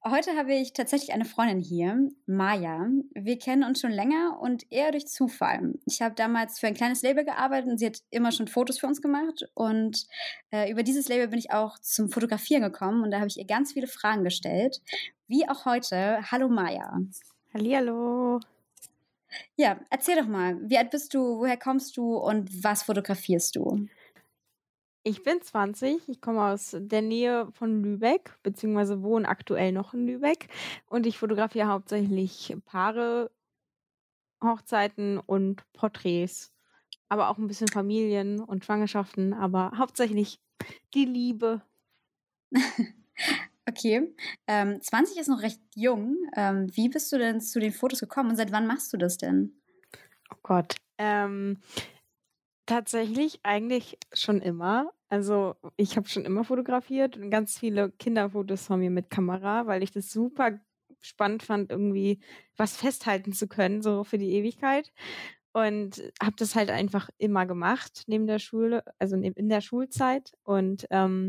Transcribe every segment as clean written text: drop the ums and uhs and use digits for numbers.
Heute habe ich tatsächlich eine Freundin hier, Maja. Wir kennen uns schon länger und eher durch Zufall. Ich habe damals für ein kleines Label gearbeitet und sie hat immer schon Fotos für uns gemacht. Und über dieses Label bin ich auch zum Fotografieren gekommen und da habe ich ihr ganz viele Fragen gestellt. Wie auch heute. Hallo Maja. Hallihallo. Ja, erzähl doch mal, wie alt bist du, woher kommst du und was fotografierst du? Ich bin 20, ich komme aus der Nähe von Lübeck, beziehungsweise wohne aktuell noch in Lübeck und ich fotografiere hauptsächlich Paare, Hochzeiten und Porträts, aber auch ein bisschen Familien und Schwangerschaften, aber hauptsächlich die Liebe. Okay, 20 ist noch recht jung. Wie bist du denn zu den Fotos gekommen und seit wann machst du das denn? Oh Gott. Tatsächlich eigentlich schon immer. Also, ich habe schon immer fotografiert und ganz viele Kinderfotos von mir mit Kamera, weil ich das super spannend fand, irgendwie was festhalten zu können, so für die Ewigkeit. Und habe das halt einfach immer gemacht neben der Schule, also in der Schulzeit. Und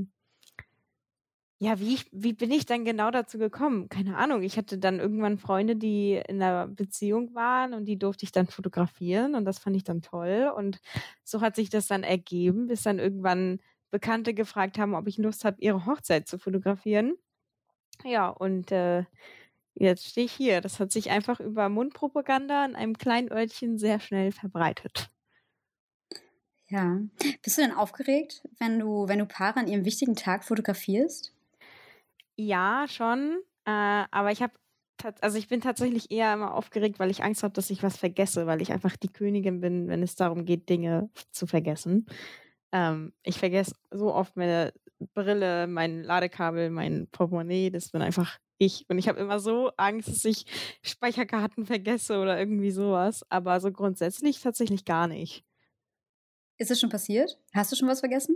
ja, wie bin ich dann genau dazu gekommen? Keine Ahnung. Ich hatte dann irgendwann Freunde, die in einer Beziehung waren und die durfte ich dann fotografieren und das fand ich dann toll. Und so hat sich das dann ergeben, bis dann irgendwann Bekannte gefragt haben, ob ich Lust habe, ihre Hochzeit zu fotografieren. Ja, und jetzt stehe ich hier. Das hat sich einfach über Mundpropaganda in einem kleinen Örtchen sehr schnell verbreitet. Ja. Bist du denn aufgeregt, wenn du Paare an ihrem wichtigen Tag fotografierst? Ja, schon, aber ich bin tatsächlich eher immer aufgeregt, weil ich Angst habe, dass ich was vergesse, weil ich einfach die Königin bin, wenn es darum geht, Dinge zu vergessen. Ich vergesse so oft meine Brille, mein Ladekabel, mein Portemonnaie, das bin einfach ich. Und ich habe immer so Angst, dass ich Speicherkarten vergesse oder irgendwie sowas, aber so grundsätzlich tatsächlich gar nicht. Ist es schon passiert? Hast du schon was vergessen?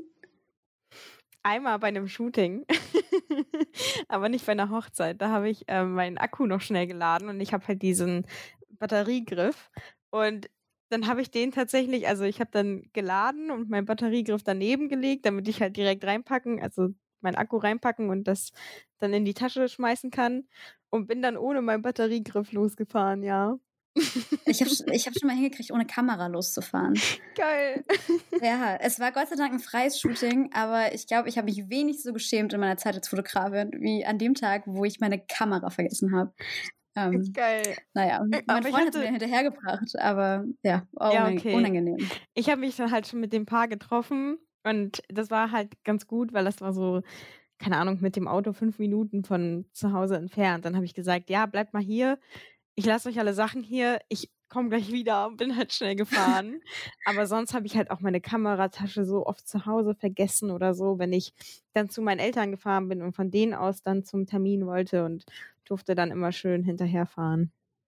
Einmal bei 'nem Shooting, aber nicht bei 'ner Hochzeit. Da habe ich, meinen Akku noch schnell geladen und ich habe halt diesen Batteriegriff und dann habe ich den tatsächlich ich habe dann geladen und meinen Batteriegriff daneben gelegt, damit ich halt direkt meinen Akku reinpacken und das dann in die Tasche schmeißen kann und bin dann ohne meinen Batteriegriff losgefahren, ja. Ich habe schon mal hingekriegt, ohne Kamera loszufahren. Geil. Ja, es war Gott sei Dank 'n freies Shooting, aber ich glaube, ich habe mich wenig so geschämt in meiner Zeit als Fotografin wie an dem Tag, wo ich meine Kamera vergessen habe. Ähm, Geil. na ja, mein Aber ich Freund hat's hatte mir hinterhergebracht, aber ja, war Ja, okay. unangenehm. Ich habe mich dann halt schon mit dem Paar getroffen und das war halt ganz gut, weil das war so, keine Ahnung, mit dem Auto 5 Minuten von zu Hause entfernt. Dann habe ich gesagt: „Ja, bleibt mal hier. Ich lasse euch alle Sachen hier. Ich komme gleich wieder“ und bin halt schnell gefahren. Aber sonst habe ich halt auch meine Kameratasche so oft zu Hause vergessen oder so, wenn ich dann zu meinen Eltern gefahren bin und von denen aus dann zum Termin wollte und durfte dann immer schön hinterherfahren.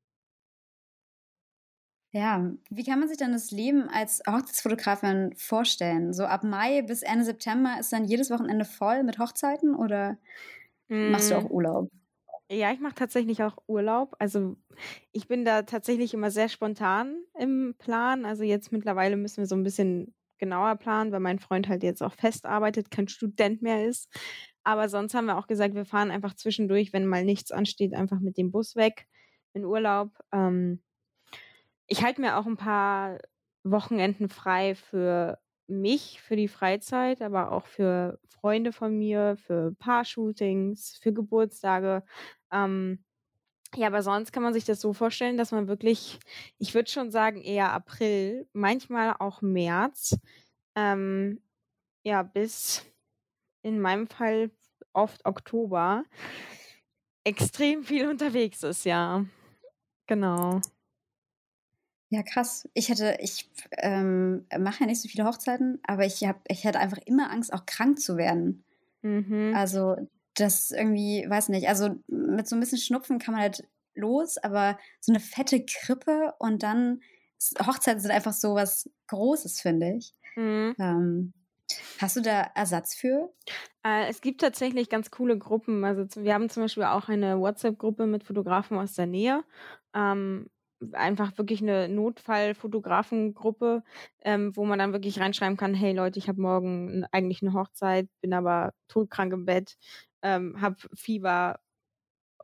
Ja, wie kann man sich denn das Leben als Hochzeitsfotografin vorstellen? So ab Mai bis Ende September ist dann jedes Wochenende voll mit Hochzeiten oder machst du auch Hm. Urlaub? Ja, ich mache tatsächlich auch Urlaub. Also, ich bin da tatsächlich immer sehr spontan im Plan. Also, jetzt mittlerweile müssen wir so ein bisschen genauer planen, weil mein Freund halt jetzt auch fest arbeitet, kein Student mehr ist. Aber sonst haben wir auch gesagt, wir fahren einfach zwischendurch, wenn mal nichts ansteht, einfach mit dem Bus weg in Urlaub. Ich halte mir auch ein paar Wochenenden frei für mich, für die Freizeit, aber auch für Freunde von mir, für Paar-Shootings, für Geburtstage. Ähm, ja, aber sonst kann man sich das so vorstellen, dass man wirklich, ich würde schon sagen, eher April, manchmal auch März, ähm, ja, bis in meinem Fall oft Oktober extrem viel unterwegs ist, ja. Genau. Ja, krass. Mache ja nicht so viele Hochzeiten, aber ich hatte einfach immer Angst, auch krank zu werden. Mhm. Also, das irgendwie weiß nicht, also, mit so 'n bisschen Schnupfen kann man halt los, aber so 'ne fette Grippe und dann Hochzeiten sind einfach so was Großes, finde ich. Mhm. Ähm, Hast du da Ersatz für? Es gibt tatsächlich ganz coole Gruppen. Wir haben zum Beispiel auch eine WhatsApp-Gruppe mit Fotografen aus der Nähe. Ähm, Einfach wirklich eine Notfallfotografengruppe, wo man dann wirklich reinschreiben kann: „Hey Leute, ich habe morgen eigentlich eine Hochzeit, bin aber todkrank im Bett, habe Fieber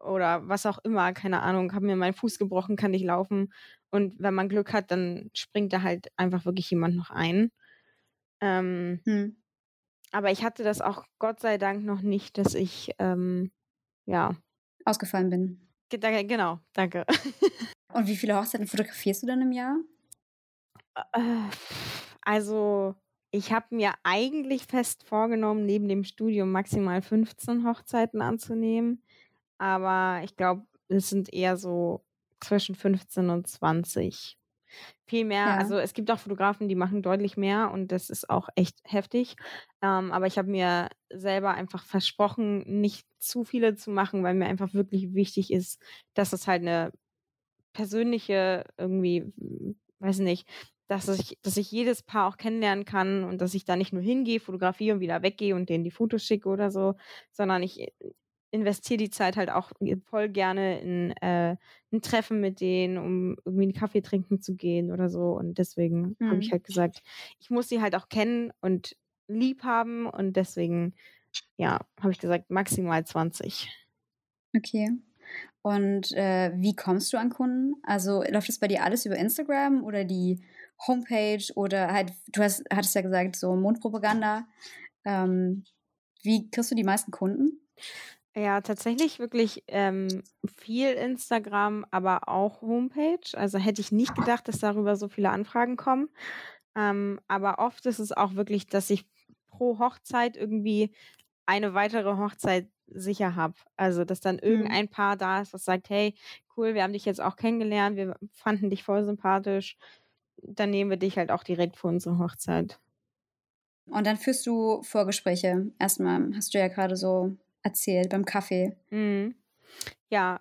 oder was auch immer, keine Ahnung, habe mir meinen Fuß gebrochen, kann nicht laufen. Und wenn man Glück hat, dann springt da halt einfach wirklich jemand noch ein. Ähm, Hm. aber ich hatte das auch Gott sei Dank noch nicht, dass ich, ja, Ausgefallen bin. genau, danke. Und wie viele Hochzeiten fotografierst du dann im Jahr? Äh, Also, ich habe mir eigentlich fest vorgenommen, neben dem Studium maximal 15 Hochzeiten anzunehmen. Aber ich glaube, es sind eher so zwischen 15 und 20. Viel mehr, Ja. also es gibt auch Fotografen, die machen deutlich mehr und das ist auch echt heftig. Aber ich habe mir selber einfach versprochen, nicht zu viele zu machen, weil mir einfach wirklich wichtig ist, dass es halt eine persönliche irgendwie, weiß nicht, dass ich jedes Paar auch kennenlernen kann und dass ich da nicht nur hingehe, fotografiere und wieder weggehe und denen die Fotos schicke oder so, sondern ich investiere die Zeit halt auch voll gerne in 'n Treffen mit denen, um irgendwie 'n Kaffee trinken zu gehen oder so. Und deswegen habe ich Hm. halt gesagt, ich muss sie halt auch kennen und lieb haben und deswegen, ja, habe ich gesagt, maximal 20. Okay. Und wie kommst du an Kunden? Also läuft das bei dir alles über Instagram oder die Homepage oder halt, hattest ja gesagt, so Mundpropaganda. Ähm, wie kriegst du die meisten Kunden? Ja, tatsächlich wirklich, viel Instagram, aber auch Homepage. Also, hätte ich nicht gedacht, dass darüber so viele Anfragen kommen. Aber oft ist es auch wirklich, dass ich pro Hochzeit irgendwie eine weitere Hochzeit sicher habe. Also, dass dann Hm. irgendein Paar da ist, was sagt: „Hey, cool, wir haben dich jetzt auch kennengelernt, wir fanden dich voll sympathisch. Dann nehmen wir dich halt auch direkt für unsere Hochzeit.“ Und dann führst du Vorgespräche. Erstmal hast du ja gerade so erzählt beim Kaffee. Mhm. Ja,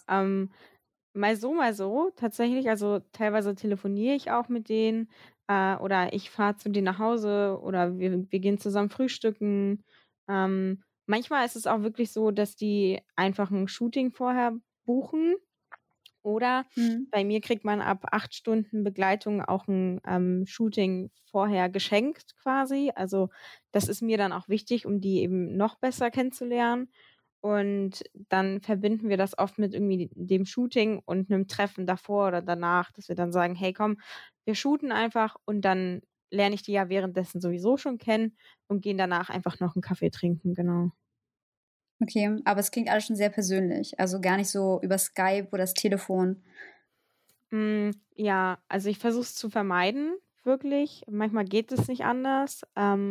mal so tatsächlich. Also, teilweise telefoniere ich auch mit denen, oder ich fahre zu denen nach Hause oder wir gehen zusammen frühstücken. Manchmal ist es auch wirklich so, dass die einfach ein Shooting vorher buchen oder Mhm. bei mir kriegt man ab 8 Stunden Begleitung auch ein Shooting vorher geschenkt quasi. Also, das ist mir dann auch wichtig, um die eben noch besser kennenzulernen. Und dann verbinden wir das oft mit irgendwie dem Shooting und 'nem Treffen davor oder danach, dass wir dann sagen: „Hey, komm, wir shooten einfach und dann lerne ich die ja währenddessen sowieso schon kennen und gehen danach einfach noch 'n Kaffee trinken“, genau. Okay, aber es klingt alles schon sehr persönlich. Also gar nicht so über Skype oder das Telefon. Ja, also ich versuche es zu vermeiden, wirklich. Manchmal geht es nicht anders.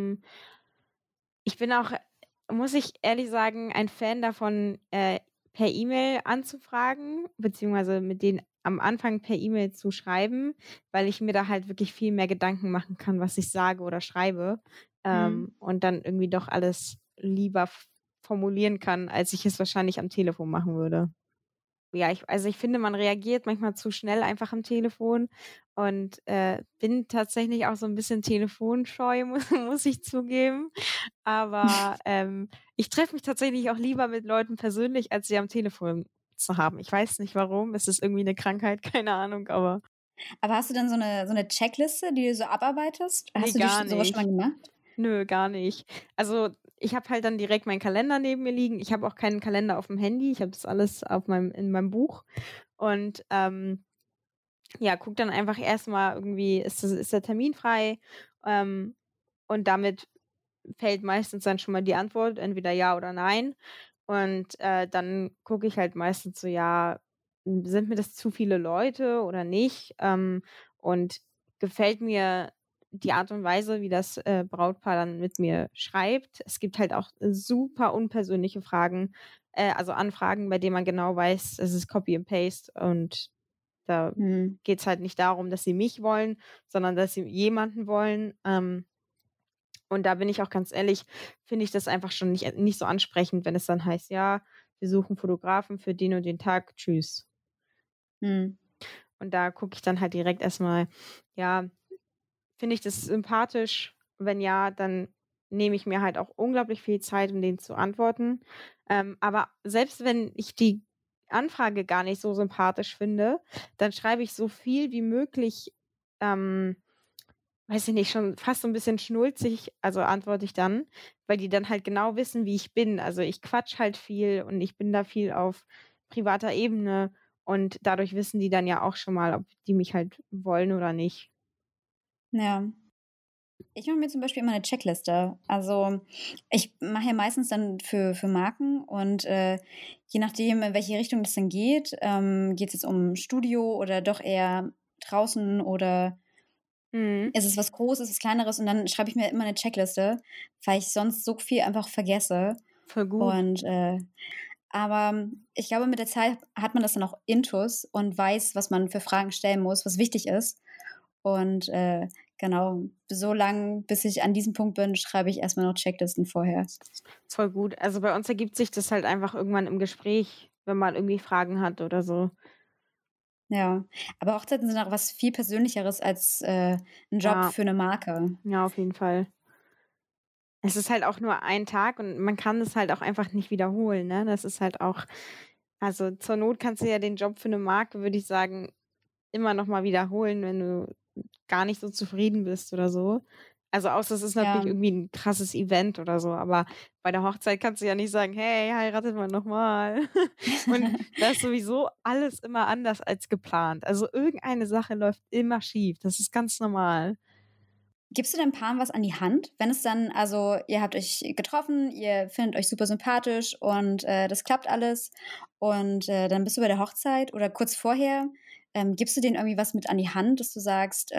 Ich bin auch, muss ich ehrlich sagen, ein Fan davon, per E-Mail anzufragen, beziehungsweise mit denen am Anfang per E-Mail zu schreiben, weil ich mir da halt wirklich viel mehr Gedanken machen kann, was ich sage oder schreibe, Mhm. und dann irgendwie doch alles lieber formulieren kann, als ich es wahrscheinlich am Telefon machen würde. Ja, ich finde, man reagiert manchmal zu schnell einfach am Telefon und, bin tatsächlich auch so ein bisschen telefonscheu, muss ich zugeben. Aber, ich treffe mich tatsächlich auch lieber mit Leuten persönlich, als sie am Telefon zu haben. Ich weiß nicht warum. Es ist irgendwie eine Krankheit, keine Ahnung, aber Aber hast du dann so 'ne Checkliste, die du so abarbeitest? ne, Hast du die gar sch so schon mal nicht. gemacht? Nö, gar nicht. Also, ich habe halt dann direkt meinen Kalender neben mir liegen. Ich habe auch keinen Kalender aufm Handy. Ich habe das alles auf meinem Buch und, ja, guck dann einfach erst mal irgendwie, ist der Termin frei? Ähm, und damit fällt meistens dann schon mal die Antwort, entweder ja oder nein. Und, dann gucke ich halt meistens so, ja, sind mir das zu viele Leute oder nicht? Und gefällt mir die Art und Weise, wie das, Brautpaar dann mit mir schreibt. Es gibt halt auch super unpersönliche Fragen, also Anfragen, bei denen man genau weiß, es ist Copy and Paste und da Mhm. geht's halt nicht darum, dass sie mich wollen, sondern dass sie jemanden wollen. Und da bin ich auch ganz ehrlich, finde ich das einfach schon nicht so ansprechend, wenn es dann heißt: „Ja, wir suchen Fotografen für den und den Tag, tschüss.“ Mhm. Und da gucke ich dann halt direkt erstmal, ja, finde ich das sympathisch? Wenn ja, dann nehme ich mir halt auch unglaublich viel Zeit, um denen zu antworten. Aber selbst wenn ich die Anfrage gar nicht so sympathisch finde, dann schreibe ich so viel wie möglich, ähm weiß ich nicht, schon fast so 'n bisschen schnulzig, also antworte ich dann, weil die dann halt genau wissen, wie ich bin. Also, ich quatsch halt viel und ich bin da viel auf privater Ebene und dadurch wissen die dann ja auch schon mal, ob die mich halt wollen oder nicht. Ja. Ich mache mir zum Beispiel immer eine Checkliste. Also, ich mache ja meistens dann für Marken und, je nachdem, in welche Richtung das dann geht, geht es jetzt um Studio oder doch eher draußen oder Mhm. ist es was Großes, was Kleineres und dann schreibe ich mir immer eine Checkliste, weil ich sonst so viel einfach vergesse Voll gut. und, aber ich glaube, mit der Zeit hat man das dann auch intus und weiß, was man für Fragen stellen muss, was wichtig ist. Und, genau, so lang, bis ich an diesem Punkt bin, schreibe ich erst mal noch Checklisten vorher. Voll gut. Also, bei uns ergibt sich das halt einfach irgendwann im Gespräch, wenn man irgendwie Fragen hat oder so. Ja, aber Hochzeiten sind auch was viel Persönlicheres als, 'n Job Ja, für 'ne Marke. ja, auf jeden Fall. Es ist halt auch nur ein Tag und man kann es halt auch einfach nicht wiederholen, ne? Das ist halt auch also, zur Not kannst du ja den Job für 'ne Marke, würde ich sagen, immer noch mal wiederholen, wenn du gar nicht so zufrieden bist oder so. Also, außer es ist Ja, natürlich irgendwie 'n krasses Event oder so, aber bei der Hochzeit kannst du ja nicht sagen: „Hey, heiratet mal noch mal." Und da ist sowieso alles immer anders als geplant. Also, irgendeine Sache läuft immer schief. Das ist ganz normal. gibst du deinem Paar was an die Hand, wenn es dann also, ihr habt euch getroffen, ihr findet euch super sympathisch und, das klappt alles und, dann bist du bei der Hochzeit oder kurz vorher, gibst du denen irgendwie was mit an die Hand, dass du sagst,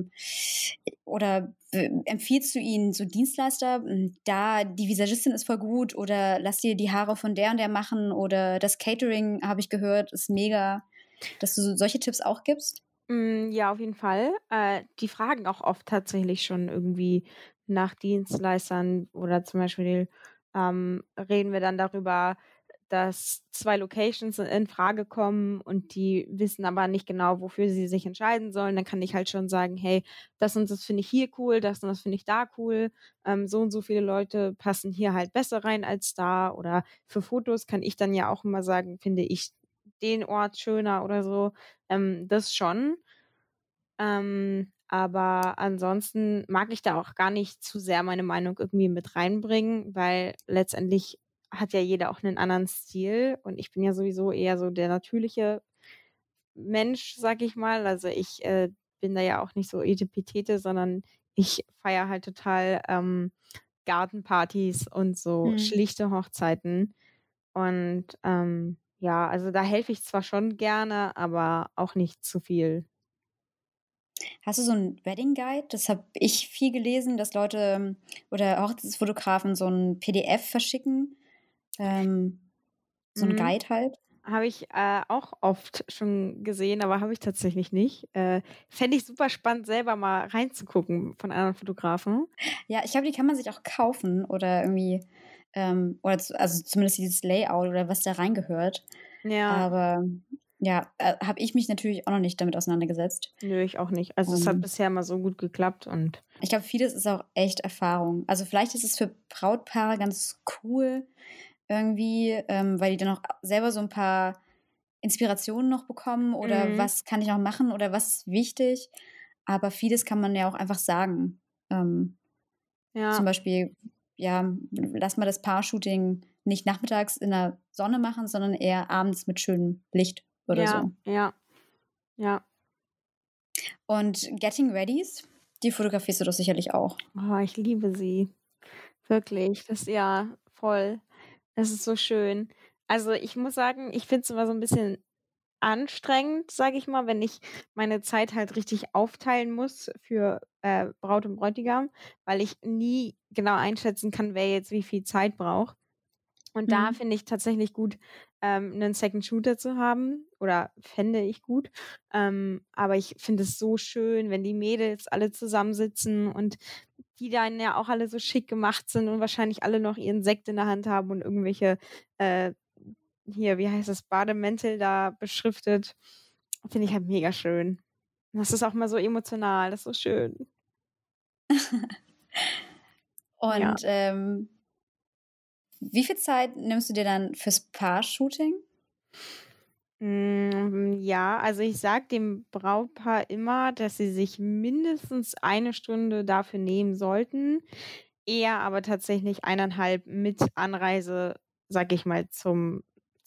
oder empfiehlst du ihnen so Dienstleister, da die Visagistin ist voll gut oder lass dir die Haare von der und der machen oder das Catering, habe ich gehört, ist mega, dass du so solche Tipps auch gibst? Ja, auf jeden Fall. Die fragen auch oft tatsächlich schon irgendwie nach Dienstleistern oder zum Beispiel, reden wir dann darüber, dass 2 Locations in Frage kommen und die wissen aber nicht genau, wofür sie sich entscheiden sollen. Dann kann ich halt schon sagen: „Hey, das und das finde ich hier cool, das und das finde ich da cool. So und so viele Leute passen hier halt besser rein als da." Oder für Fotos kann ich dann ja auch immer sagen, finde ich den Ort schöner oder so. Das schon. Aber ansonsten mag ich da auch gar nicht zu sehr meine Meinung irgendwie mit reinbringen, weil letztendlich hat ja jeder auch einen anderen Stil und ich bin ja sowieso eher so der natürliche Mensch, sag ich mal. Also, ich, bin da ja auch nicht so Etepetete, sondern ich feiere halt total, Gartenpartys und so Mhm. schlichte Hochzeiten. Und, ja, also, da helfe ich zwar schon gerne, aber auch nicht zu viel. Hast du so 'n Wedding Guide? Das habe ich viel gelesen, dass Leute oder Hochzeitsfotografen so 'n PDF verschicken, ähm, so 'n Mhm. Guide halt. Habe ich, auch oft schon gesehen, aber habe ich tatsächlich nicht. Fände ich super spannend, selber mal reinzugucken von anderen Fotografen. Ja, ich glaube, die kann man sich auch kaufen oder irgendwie, oder also zumindest dieses Layout oder was da reingehört. Ja, Aber ja, habe ich mich natürlich auch noch nicht damit auseinandergesetzt. nö, ich auch nicht. Also, es hat Ähm, bisher immer so gut geklappt und ich glaube, vieles ist auch echt Erfahrung. Also, vielleicht ist es für Brautpaare ganz cool irgendwie, weil die dann auch selber so 'n paar Inspirationen noch bekommen oder mhm, was kann ich noch machen oder was ist wichtig? Aber vieles kann man ja auch einfach sagen. Zum ja, Beispiel, ja, lass mal das Paar-Shooting nicht nachmittags in der Sonne machen, sondern eher abends mit schönem Licht oder ja, so. ja, ja. Und Getting Readies, die fotografierst du doch sicherlich auch. Oh, ich liebe sie. Wirklich. Das ja, voll. Das ist so schön. Also, ich muss sagen, ich finde es immer so ein bisschen anstrengend, sage ich mal, wenn ich meine Zeit halt richtig aufteilen muss für, Braut und Bräutigam, weil ich nie genau einschätzen kann, wer jetzt wie viel Zeit braucht. Und da Mhm. finde ich tatsächlich gut, 'nen Second Shooter zu haben oder fände ich gut. Aber ich finde es so schön, wenn die Mädels alle zusammensitzen und die dann ja auch alle so schick gemacht sind und wahrscheinlich alle noch ihren Sekt in der Hand haben und irgendwelche, äh, hier, wie heißt das, Bademäntel da beschriftet. Finde ich halt mega schön. Das ist auch mal so emotional, das ist so schön. Ja. Und, wie viel Zeit nimmst du dir dann fürs Paar-Shooting? Ja, also ich sage dem Brautpaar immer, dass sie sich mindestens 1 Stunde dafür nehmen sollten, eher aber tatsächlich 1,5 mit Anreise, sage ich mal,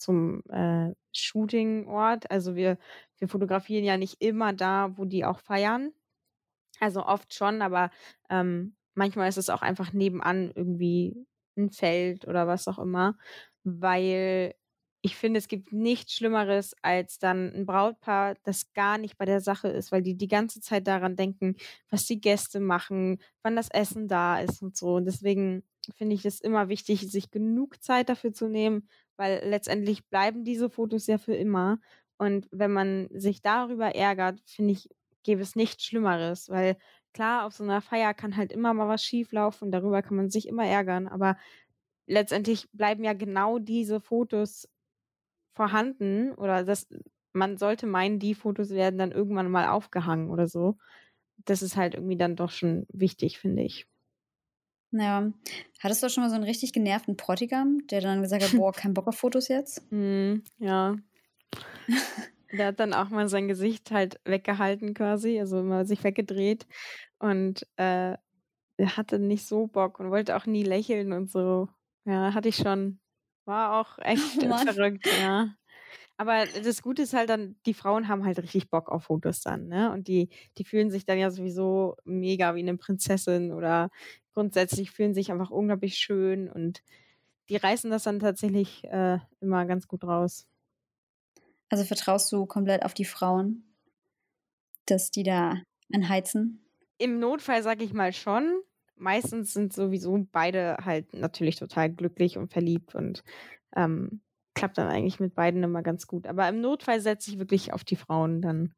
zum Shooting-Ort. Also wir fotografieren ja nicht immer da, wo die auch feiern. Also oft schon, aber manchmal ist es auch einfach nebenan irgendwie ein Feld oder was auch immer, weil ich finde, es gibt nichts Schlimmeres als dann ein Brautpaar, das gar nicht bei der Sache ist, weil die die ganze Zeit daran denken, was die Gäste machen, wann das Essen da ist und so. Und deswegen finde ich es immer wichtig, sich genug Zeit dafür zu nehmen, weil letztendlich bleiben diese Fotos ja für immer. Und wenn man sich darüber ärgert, finde ich, gäbe es nichts Schlimmeres, weil klar, auf so einer Feier kann halt immer mal was schieflaufen, darüber kann man sich immer ärgern, aber letztendlich bleiben ja genau diese Fotos vorhanden oder man sollte meinen, die Fotos werden dann irgendwann mal aufgehangen oder so. Das ist halt irgendwie dann doch schon wichtig, finde ich. Ja. Hattest du schon mal so einen richtig genervten Bräutigam, der dann gesagt hat: „Boah, kein Bock auf Fotos jetzt?“ Ja. Der hat dann auch mal sein Gesicht halt weggehalten quasi, also immer sich weggedreht und, er hatte nicht so Bock und wollte auch nie lächeln und so. Ja, hatte ich schon. War auch echt Oh Mann. verrückt, ja. Aber das Gute ist halt dann, die Frauen haben halt richtig Bock auf Fotos dann, ne? Und die fühlen sich dann ja sowieso mega wie 'ne Prinzessin oder grundsätzlich fühlen sich einfach unglaublich schön und die reißen das dann tatsächlich, immer ganz gut raus. Also, vertraust du komplett auf die Frauen, dass die da anheizen? Im Notfall sage ich mal schon. Meistens sind sowieso beide halt natürlich total glücklich und verliebt und, ähm, klappt dann eigentlich mit beiden immer ganz gut. Aber im Notfall setze ich wirklich auf die Frauen dann.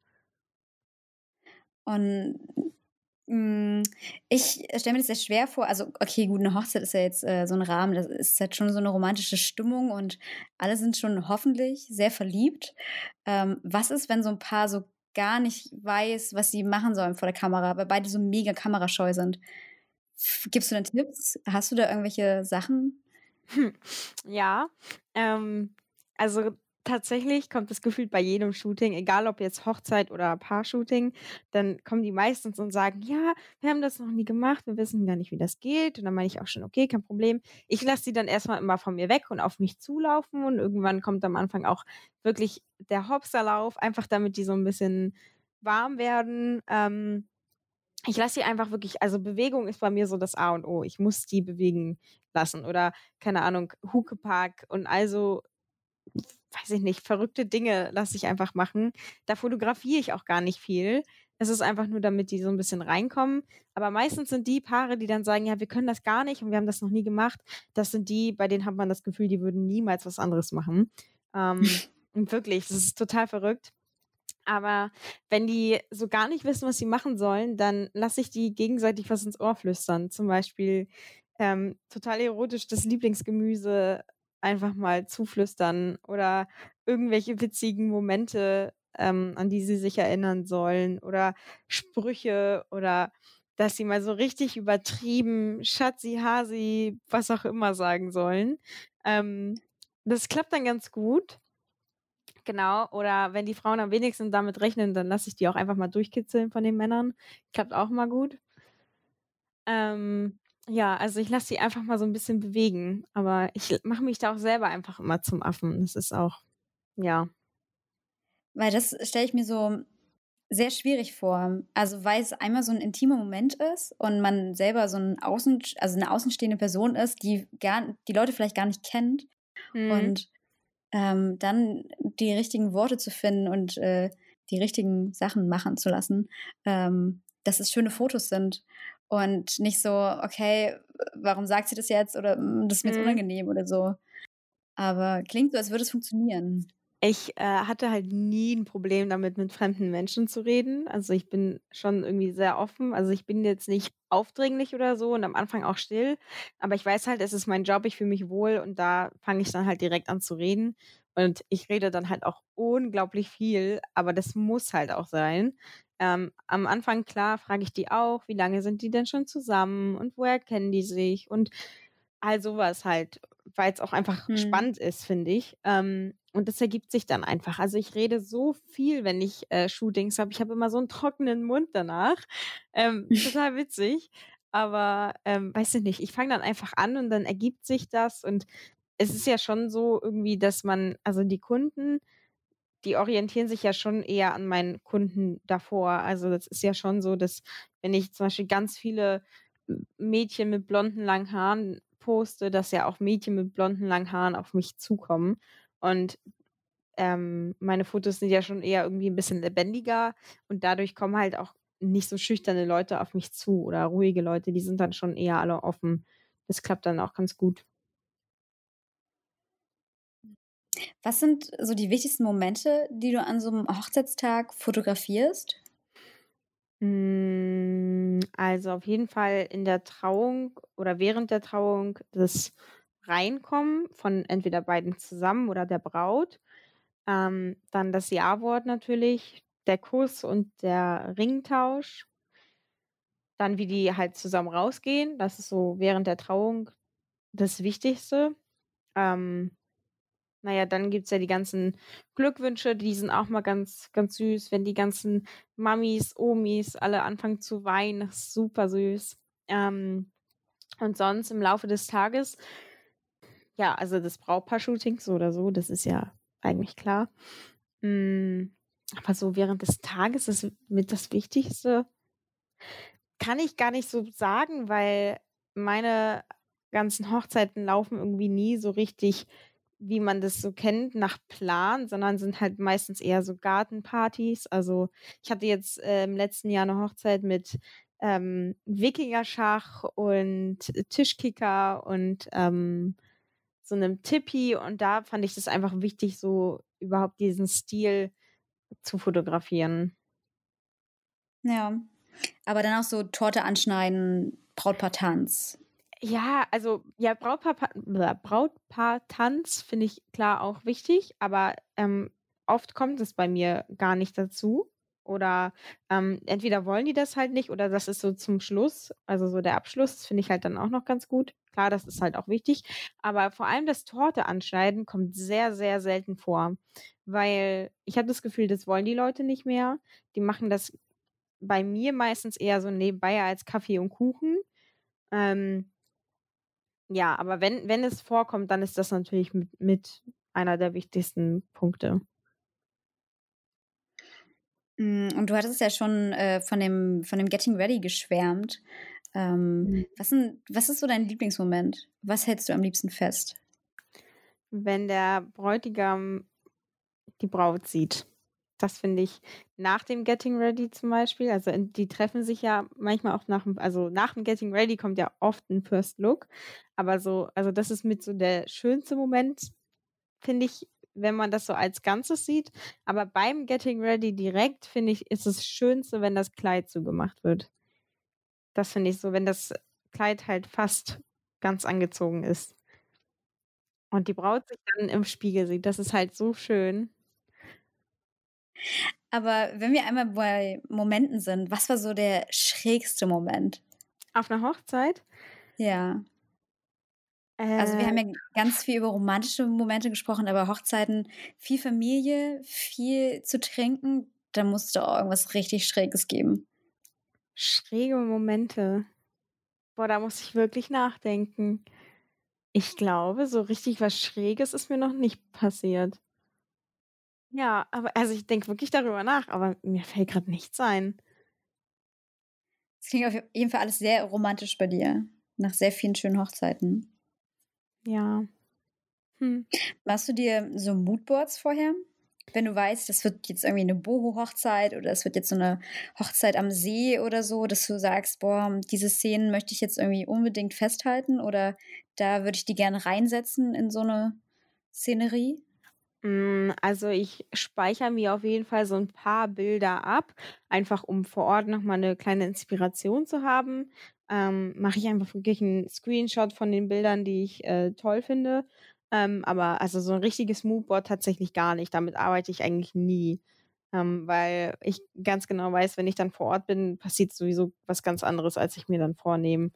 Und, hm, ich stelle mir das sehr schwer vor, also, okay, gut, 'ne Hochzeit ist ja jetzt, so 'n Rahmen, das ist halt schon so 'ne romantische Stimmung und alle sind schon hoffentlich sehr verliebt. Was ist, wenn so 'n Paar so gar nicht weiß, was sie machen sollen vor der Kamera, weil beide so mega kamerascheu sind? Gibst du dann Tipps? Hast du da irgendwelche Sachen? Ja, also tatsächlich kommt das gefühlt bei jedem Shooting, egal ob jetzt Hochzeit oder Paar-Shooting, dann kommen die meistens und sagen: „Ja, wir haben das noch nie gemacht, wir wissen gar nicht, wie das geht.“ Und dann meine ich auch schon: „Okay, kein Problem.“ Ich lasse die dann erst mal immer von mir weg und auf mich zulaufen und irgendwann kommt am Anfang auch wirklich der Hopserlauf, einfach damit die so ein bisschen warm werden. Ich lasse sie einfach wirklich, also Bewegung ist bei mir so das A und O. Ich muss die bewegen lassen oder, keine Ahnung, Huckepack und also, weiß ich nicht, verrückte Dinge lasse ich einfach machen. Da fotografiere ich auch gar nicht viel. Es ist einfach nur, damit die so ein bisschen reinkommen. Aber meistens sind die Paare, die dann sagen: „Ja, wir können das gar nicht und wir haben das noch nie gemacht“, das sind die, bei denen hat man das Gefühl, die würden niemals was anderes machen. Und wirklich, das ist total verrückt. Aber wenn die so gar nicht wissen, was sie machen sollen, dann lasse ich die gegenseitig was ins Ohr flüstern. Zum Beispiel, total erotisch das Lieblingsgemüse einfach mal zuflüstern oder irgendwelche witzigen Momente, an die sie sich erinnern sollen oder Sprüche oder dass sie mal so richtig übertrieben Schatzi, Hasi, was auch immer sagen sollen. Das klappt dann ganz gut. Genau, oder wenn die Frauen am wenigsten damit rechnen, dann lasse ich die auch einfach mal durchkitzeln von den Männern. Klappt auch mal gut. Ja, also ich lasse die einfach mal so ein bisschen bewegen, aber ich mache mich da auch selber einfach immer zum Affen. Das ist auch, ja. Weil das stelle ich mir so sehr schwierig vor. Also, weil es einmal so 'n intimer Moment ist und man selber so 'n also 'ne außenstehende Person ist, die Leute vielleicht gar nicht kennt Mhm. und, dann die richtigen Worte zu finden und, die richtigen Sachen machen zu lassen, dass es schöne Fotos sind und nicht so: „Okay, warum sagt sie das jetzt?“ oder „Das ist mir jetzt Mhm. unangenehm“ oder so. Aber klingt so, als würde es funktionieren. Ich, hatte halt nie 'n Problem damit, mit fremden Menschen zu reden. Also, ich bin schon irgendwie sehr offen. Also, ich bin jetzt nicht aufdringlich oder so und am Anfang auch still, aber ich weiß halt, es ist mein Job, ich fühle mich wohl und da fange ich dann halt direkt an zu reden. Und ich rede dann halt auch unglaublich viel, aber das muss halt auch sein. Am Anfang, klar, frage ich die auch: „Wie lange sind die denn schon zusammen und woher kennen die sich?“ Und all so was halt, weil's auch einfach Mhm. spannend ist, finde ich. Und das ergibt sich dann einfach. Also, ich rede so viel, wenn ich, Shootings habe. Ich habe immer so 'n trockenen Mund danach. Total witzig. Aber, weiß ich nicht, ich fange dann einfach an und dann ergibt sich das und es ist ja schon so irgendwie, dass also die Kunden, die orientieren sich ja schon eher an meinen Kunden davor. Also das ist ja schon so, dass wenn ich zum Beispiel ganz viele Mädchen mit blonden langen Haaren poste, dass ja auch Mädchen mit blonden langen Haaren auf mich zukommen. Und meine Fotos sind ja schon eher irgendwie ein bisschen lebendiger und dadurch kommen halt auch nicht so schüchterne Leute auf mich zu oder ruhige Leute, die sind dann schon eher alle offen. Das klappt dann auch ganz gut. Was sind so die wichtigsten Momente, die du an so einem Hochzeitstag fotografierst? Also auf jeden Fall in der Trauung oder während der Trauung das Reinkommen von entweder beiden zusammen oder der Braut. Dann das Ja-Wort natürlich, der Kuss und der Ringtausch. Dann, wie die halt zusammen rausgehen. Das ist so während der Trauung das Wichtigste. Ähm, na ja, dann gibt's ja die ganzen Glückwünsche, die sind auch mal ganz, ganz süß, wenn die ganzen Mamis, Omis alle anfangen zu weinen, das ist super süß. Und sonst im Laufe des Tages, ja, also das Brautpaar-Shooting so oder so, das ist ja eigentlich klar. Hm, aber so während des Tages ist mit das Wichtigste, kann ich gar nicht so sagen, weil meine ganzen Hochzeiten laufen irgendwie nie so richtig, wie man das so kennt, nach Plan, sondern sind halt meistens eher so Gartenpartys. Also ich hatte jetzt im letzten Jahr eine Hochzeit mit Wikingerschach und Tischkicker und so einem Tippi und da fand ich das einfach wichtig, so überhaupt diesen Stil zu fotografieren. Ja, aber dann auch so Torte anschneiden, Brautpaar-Tanz. Ja, also ja, Brautpaar-Tanz finde ich klar auch wichtig, aber oft kommt es bei mir gar nicht dazu. Oder entweder wollen die das halt nicht oder das ist so zum Schluss, also so der Abschluss, das finde ich halt dann auch noch ganz gut. Klar, das ist halt auch wichtig. Aber vor allem das Torte anschneiden kommt sehr, sehr selten vor. Weil ich habe das Gefühl, das wollen die Leute nicht mehr. Die machen das bei mir meistens eher so nebenbei als Kaffee und Kuchen. Ähm, ja, aber wenn es vorkommt, dann ist das natürlich mit einer der wichtigsten Punkte. Und du hattest ja schon, von dem Getting Ready geschwärmt. Mhm. Was ist so dein Lieblingsmoment? Was hältst du am liebsten fest? Wenn der Bräutigam die Braut sieht. Das finde ich nach dem Getting Ready zum Beispiel, also die treffen sich ja manchmal auch nach dem Getting Ready kommt ja oft ein First Look, aber so, also das ist mit so der schönste Moment, finde ich, wenn man das so als Ganzes sieht. Aber beim Getting Ready direkt, finde ich, ist es Schönste, wenn das Kleid zugemacht wird. Das finde ich so, wenn das Kleid halt fast ganz angezogen ist und die Braut sich dann im Spiegel sieht. Das ist halt so schön. Aber wenn wir einmal bei Momenten sind, was war so der schrägste Moment? Auf einer Hochzeit, Ja. Also, wir äh haben ja ganz viel über romantische Momente gesprochen, aber Hochzeiten, viel Familie, viel zu trinken, da musste auch irgendwas richtig Schräges geben. schräge Momente. Boah, da muss ich wirklich nachdenken. Ich glaube, so richtig was Schräges ist mir noch nicht passiert. Ja, aber also ich denke wirklich darüber nach, aber mir fällt gerade nichts ein. Es klingt auf jeden Fall alles sehr romantisch bei dir, nach sehr vielen schönen Hochzeiten. Ja. Hm. Machst du dir so Moodboards vorher? Wenn du weißt, das wird jetzt irgendwie eine Boho-Hochzeit oder es wird jetzt so eine Hochzeit am See oder so, dass du sagst: „Boah, diese Szenen möchte ich jetzt irgendwie unbedingt festhalten oder da würde ich die gerne reinsetzen in so eine Szenerie?“ Also ich speichere mir auf jeden Fall so ein paar Bilder ab, einfach um vor Ort noch mal 'ne kleine Inspiration zu haben. Mache ich einfach wirklich 'n Screenshot von den Bildern, die ich toll finde. Aber also so ein richtiges Moodboard tatsächlich gar nicht. Damit arbeite ich eigentlich nie, weil ich ganz genau weiß, wenn ich dann vor Ort bin, passiert sowieso was ganz anderes, als ich mir dann vornehme.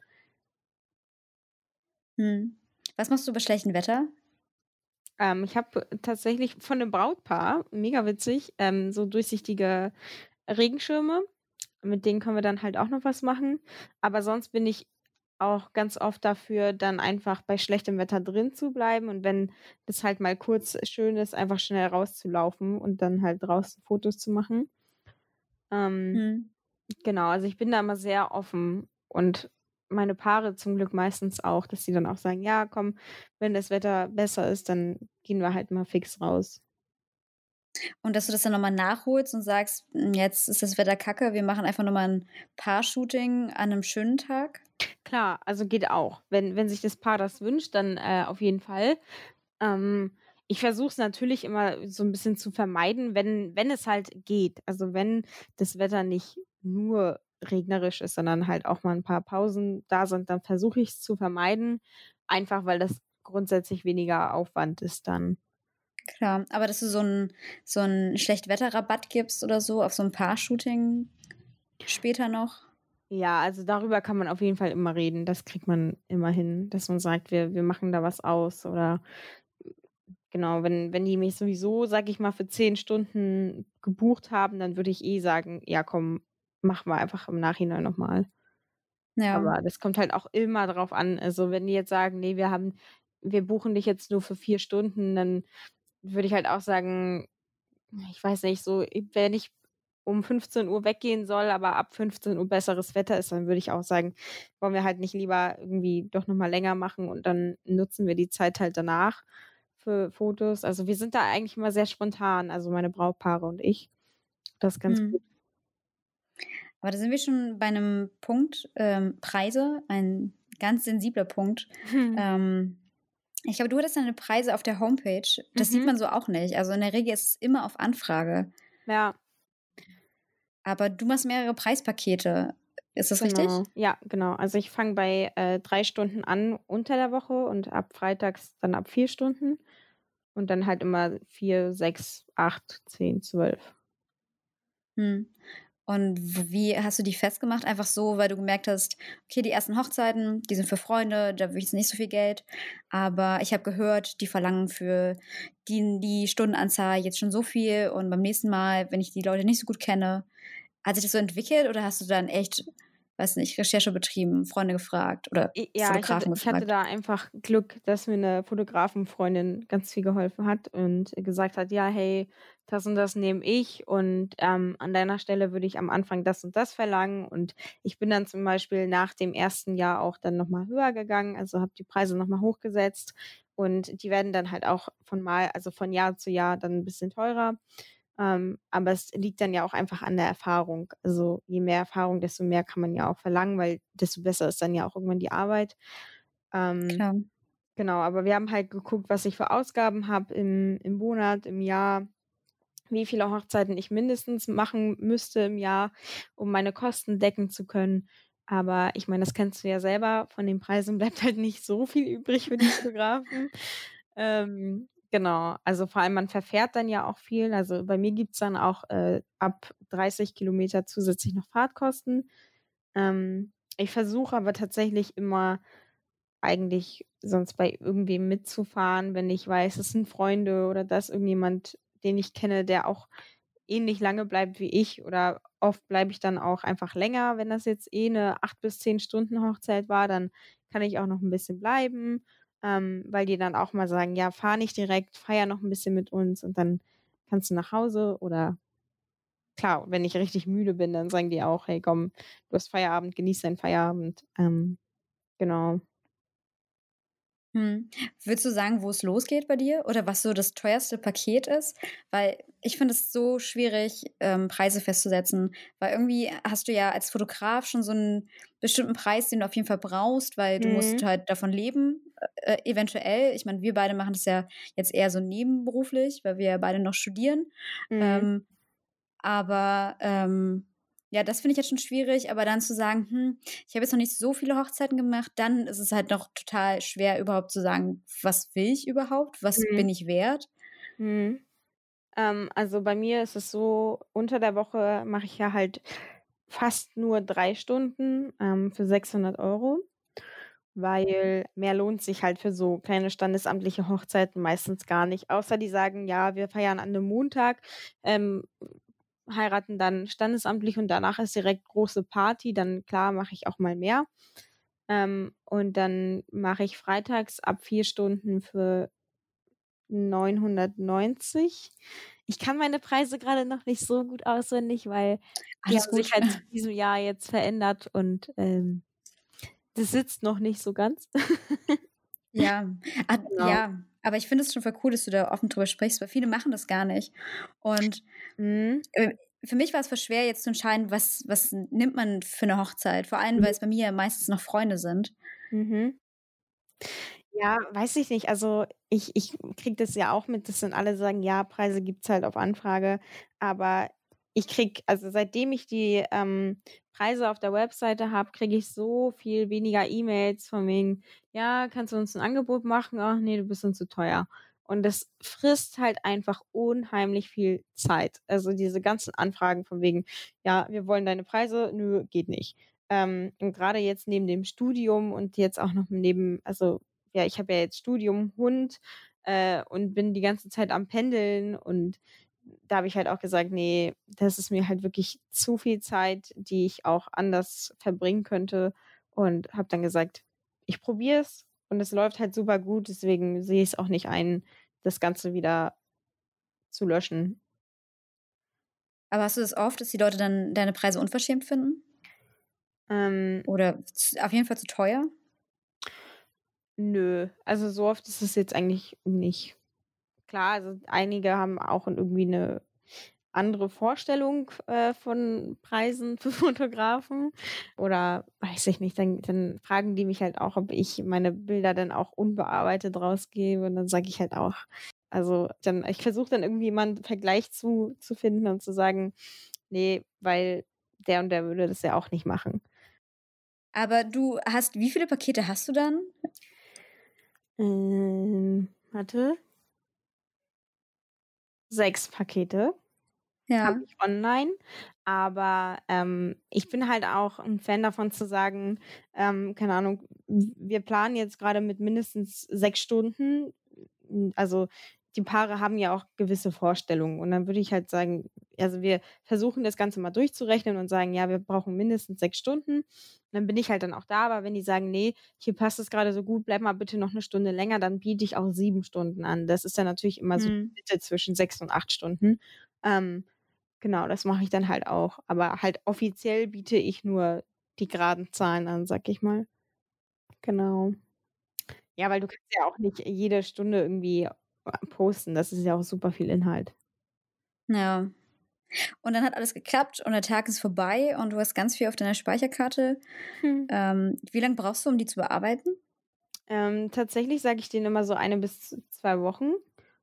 Mhm. Was machst du bei schlechtem Wetter? Ich habe tatsächlich von 'nem Brautpaar, mega witzig, so durchsichtige Regenschirme. Mit denen können wir dann halt auch noch was machen. Aber sonst bin ich auch ganz oft dafür, dann einfach bei schlechtem Wetter drin zu bleiben und wenn das halt mal kurz schön ist, einfach schnell rauszulaufen und dann halt draußen Fotos zu machen. Ähm, Mhm. genau, also ich bin da immer sehr offen und meine Paare zum Glück meistens auch, dass sie dann auch sagen, ja, komm, wenn das Wetter besser ist, dann gehen wir halt mal fix raus. Und dass du das dann noch mal nachholst und sagst: Jetzt ist das Wetter kacke, wir machen einfach noch mal 'n Paar-Shooting an einem schönen Tag?“ Klar, also geht auch. Wenn sich das Paar das wünscht, dann, auf jeden Fall. Ich versuche es natürlich immer so ein bisschen zu vermeiden, wenn es halt geht. Also, wenn das Wetter nicht nur regnerisch ist, sondern halt auch mal ein paar Pausen da sind, dann versuche ich es zu vermeiden, einfach weil das grundsätzlich weniger Aufwand ist dann. Klar, aber dass du so 'n Schlechtwetterrabatt gibst oder so auf so 'n Paar-Shooting später noch? Ja, also darüber kann man auf jeden Fall immer reden. Das kriegt man immer hin, dass man sagt: „Wir machen da was aus“ oder genau, wenn die mich sowieso, sage ich mal, für 10 Stunden gebucht haben, dann würde ich eh sagen: „Ja, komm, machen wir einfach im Nachhinein noch mal.“ Ja. Aber das kommt halt auch immer drauf an. Also, wenn die jetzt sagen: „Ne, wir buchen dich jetzt nur für 4 Stunden“, dann würde ich halt auch sagen, ich weiß nicht, so, wenn ich um 15 Uhr weggehen soll, aber ab 15 Uhr besseres Wetter ist, dann würde ich auch sagen: „Wollen wir halt nicht lieber irgendwie doch noch mal länger machen und dann nutzen wir die Zeit halt danach für Fotos?“ Also, wir sind da eigentlich immer sehr spontan, also meine Brautpaare und ich. Das ist ganz Mhm. gut. Aber da sind wir schon bei 'nem Punkt, Preise, ein ganz sensibler Punkt. Ähm, Ich glaube, du hattest deine Preise auf der Homepage. Das sieht Mhm. man so auch nicht. Also, in der Regel ist es immer auf Anfrage. Ja, Aber du machst mehrere Preispakete. Ist das richtig? genau. Ja, genau. Also, ich fange bei, 3 Stunden an unter der Woche und ab freitags dann ab 4 Stunden und dann halt immer 4, 6, 8, 10, 12. Mhm. Und wie hast du die festgemacht? Einfach so, weil du gemerkt hast, okay, die ersten Hochzeiten, die sind für Freunde, da will ich jetzt nicht so viel Geld. Aber ich habe gehört, die verlangen für die Stundenanzahl jetzt schon so viel. Und beim nächsten Mal, wenn ich die Leute nicht so gut kenne, hat sich das so entwickelt oder hast du dann echt, weiß nicht, Recherche betrieben, Freunde gefragt oder Ja, Fotografen ich hatte gefragt? da einfach Glück, dass mir 'ne Fotografenfreundin ganz viel geholfen hat und gesagt hat: „Ja, hey, das und das nehme ich und, an deiner Stelle würde ich am Anfang das und das verlangen.“ Und ich bin dann zum Beispiel nach dem ersten Jahr auch dann noch mal höher gegangen, also habe die Preise noch mal hochgesetzt und die werden dann halt auch von Jahr zu Jahr dann 'n bisschen teurer. Aber es liegt dann ja auch einfach an der Erfahrung. Also, je mehr Erfahrung, desto mehr kann man ja auch verlangen, weil desto besser ist dann ja auch irgendwann die Arbeit. Ähm, Klar. genau, aber wir haben halt geguckt, was ich für Ausgaben habe im Monat, im Jahr, wie viele Hochzeiten ich mindestens machen müsste im Jahr, um meine Kosten decken zu können. Aber ich meine, das kennst du ja selber, von den Preisen bleibt halt nicht so viel übrig für die Fotografen. Genau, also vor allem man verfährt dann ja auch viel. Also bei mir gibt's dann auch, ab 30 Kilometer zusätzlich noch Fahrtkosten. Ich versuche aber tatsächlich immer eigentlich sonst bei irgendwem mitzufahren, wenn ich weiß, es sind Freunde oder da ist irgendjemand, den ich kenne, der auch ähnlich lange bleibt wie ich oder oft bleibe ich dann auch einfach länger. Wenn das jetzt eh 'ne 8 bis 10 Stunden Hochzeit war, dann kann ich auch noch 'n bisschen bleiben, weil die dann auch mal sagen: „Ja, fahr nicht direkt, feier noch 'n bisschen mit uns und dann kannst du nach Hause.“ Oder klar, wenn ich richtig müde bin, dann sagen die auch: „Hey, komm, du hast Feierabend, genieß deinen Feierabend.“ Genau. Mhm. Würdest du sagen, wo es losgeht bei dir oder was so das teuerste Paket ist? Weil ich finde es so schwierig, Preise festzusetzen, weil irgendwie hast du ja als Fotograf schon so einen bestimmten Preis, den du auf jeden Fall brauchst, weil du musst Mhm. halt davon leben, eventuell. Ich meine, wir beide machen das ja jetzt eher so nebenberuflich, weil wir ja beide noch studieren. Mhm. Ähm, aber ja, das finde ich jetzt schon schwierig, aber dann zu sagen: ich habe jetzt noch nicht so viele Hochzeiten gemacht“, dann ist es halt noch total schwer, überhaupt zu sagen: „Was will ich überhaupt? Was bin Mhm. ich wert?“ Mhm. Also bei mir ist es so, unter der Woche mache ich ja halt fast nur 3 Stunden, für 600 €, weil mehr lohnt sich halt für so kleine standesamtliche Hochzeiten meistens gar nicht. Außer die sagen: „Ja, wir feiern an 'nem Montag, ähm, heiraten dann standesamtlich und danach ist direkt große Party“, dann klar, mache ich auch mal mehr. Und dann mache ich freitags ab 4 Stunden für 990. Ich kann meine Preise gerade noch nicht so gut auswendig, weil die Alles haben sich gut. halt zu diesem Jahr jetzt verändert und, das sitzt noch nicht so ganz. Ja, Genau. ja, aber ich finde es schon voll cool, dass du da offen drüber sprichst, weil viele machen das gar nicht. Und, Mhm. für mich war es voll schwer, jetzt zu entscheiden, was nimmt man für eine Hochzeit, vor allem, weil Mhm. es bei mir ja meistens noch Freunde sind. Mhm. Ja, weiß ich nicht. Also, ich kriege das ja auch mit, dass dann alle sagen: „Ja, Preise gibt's halt auf Anfrage.“ Aber ich kriege also, seitdem ich die, Preise auf der Webseite habe, kriege ich so viel weniger E-Mails von wegen: „Ja, kannst du uns 'n Angebot machen?“ „Ach ne, du bist uns zu teuer.“ Und das frisst halt einfach unheimlich viel Zeit. Also, diese ganzen Anfragen von wegen: „Ja, wir wollen deine Preise.“ „Nö, geht nicht.“ Und grade jetzt neben dem Studium und jetzt auch noch neben also ja, ich habe ja jetzt Studium, Hund, und bin die ganze Zeit am Pendeln und da habe ich halt auch gesagt: „Ne, das ist mir halt wirklich zu viel Zeit, die ich auch anders verbringen könnte“ und habe dann gesagt: „Ich probiere es und es läuft halt super gut, deswegen sehe ich's auch nicht ein, das Ganze wieder zu löschen.“ Aber hast du das oft, dass die Leute dann deine Preise unverschämt finden Ähm, oder auf jeden Fall zu teuer? nö, also so oft ist es jetzt eigentlich nicht. Klar, also einige haben auch irgendwie 'ne andere Vorstellung, von Preisen für Fotografen oder weiß ich nicht, dann fragen die mich halt auch, ob ich meine Bilder dann auch unbearbeitet rausgebe und dann sage ich halt auch also, dann ich versuche dann irgendwie immer 'n Vergleich zu finden und zu sagen: „Ne, weil der und der würde das ja auch nicht machen.“ Aber du hast wie viele Pakete hast du dann? Warte, 6 Pakete. Habe Ja. ich online, aber, ich bin halt auch 'n Fan davon zu sagen, keine Ahnung, wir planen jetzt grade mit mindestens 6 Stunden. Also, die Paare haben ja auch gewisse Vorstellungen und dann würde ich halt sagen also, wir versuchen das Ganze mal durchzurechnen und sagen: „Ja, wir brauchen mindestens 6 Stunden.“ Dann bin ich halt dann auch da, aber wenn die sagen: „Ne, hier passt es grade so gut, bleib mal bitte noch 'ne Stunde länger“, dann biete ich auch 7 Stunden an. Das ist dann natürlich immer so die Mhm. Mitte zwischen 6 und 8 Stunden. Ähm Genau, das mache ich dann halt auch. Aber halt offiziell biete ich nur die geraden Zahlen an, sage ich mal. Genau. Ja, weil du kannst ja auch nicht jede Stunde irgendwie, posten. Das ist ja auch super viel Inhalt. Ja. Und dann hat alles geklappt und der Tag ist vorbei und du hast ganz viel auf deiner Speicherkarte. Hm. Wie lange brauchst du, um die zu bearbeiten? Tatsächlich sage ich denen immer so 1 bis 2 Wochen,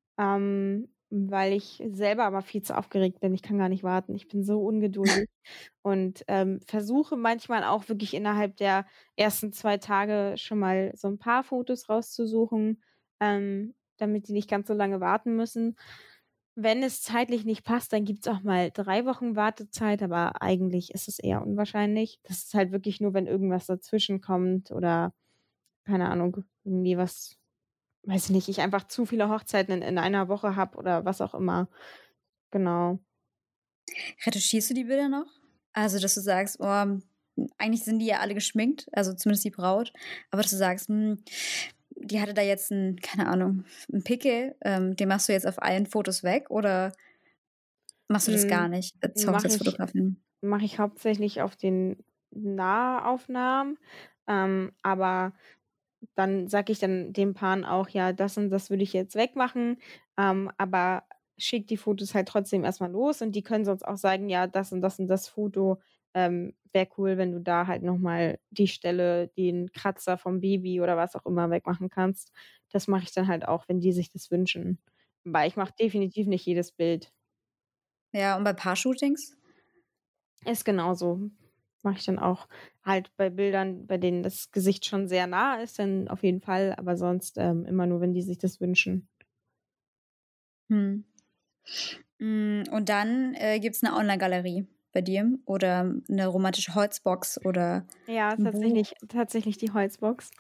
weil ich selber aber viel zu aufgeregt bin. Ich kann gar nicht warten. Ich bin so ungeduldig und, versuche manchmal auch wirklich innerhalb der ersten 2 Tage schon mal so 'n paar Fotos rauszusuchen, damit die nicht ganz so lange warten müssen. Wenn es zeitlich nicht passt, dann gibt's auch mal 3 Wochen Wartezeit, aber eigentlich ist es eher unwahrscheinlich. Das ist halt wirklich nur, wenn irgendwas dazwischenkommt oder keine Ahnung, irgendwie was weiß ich nicht, ich einfach zu viele Hochzeiten in einer Woche habe oder was auch immer. Genau. Retuschierst du die Bilder noch? Also, dass du sagst: „Oh, eigentlich sind die ja alle geschminkt, also zumindest die Braut“, aber dass du sagst: die hatte da jetzt 'n keine Ahnung, 'n Pickel, den machst du jetzt auf allen Fotos weg oder machst du das gar Hm, nicht als mache ich Hochzeitsfotografin? mache ich hauptsächlich auf den Nahaufnahmen, aber dann sage ich dann den Paaren auch: „Ja, das und das würde ich jetzt wegmachen, aber schickt die Fotos halt trotzdem erst mal los“ und die können sonst auch sagen: „Ja, das und das Foto, wäre cool, wenn du da halt noch mal die Stelle, den Kratzer vom Baby oder was auch immer wegmachen kannst.“ Das mache ich dann halt auch, wenn die sich das wünschen. Weil ich mache definitiv nicht jedes Bild. Ja, und bei Paar-Shootings? Ist genauso. Mache ich dann auch halt bei Bildern, bei denen das Gesicht schon sehr nah ist, dann auf jeden Fall, aber sonst, immer nur, wenn die sich das wünschen. Mhm. Und dann, gibt's 'ne Online-Galerie bei dir oder 'ne romantische Holzbox oder Ja, 'n Buch? tatsächlich die Holzbox.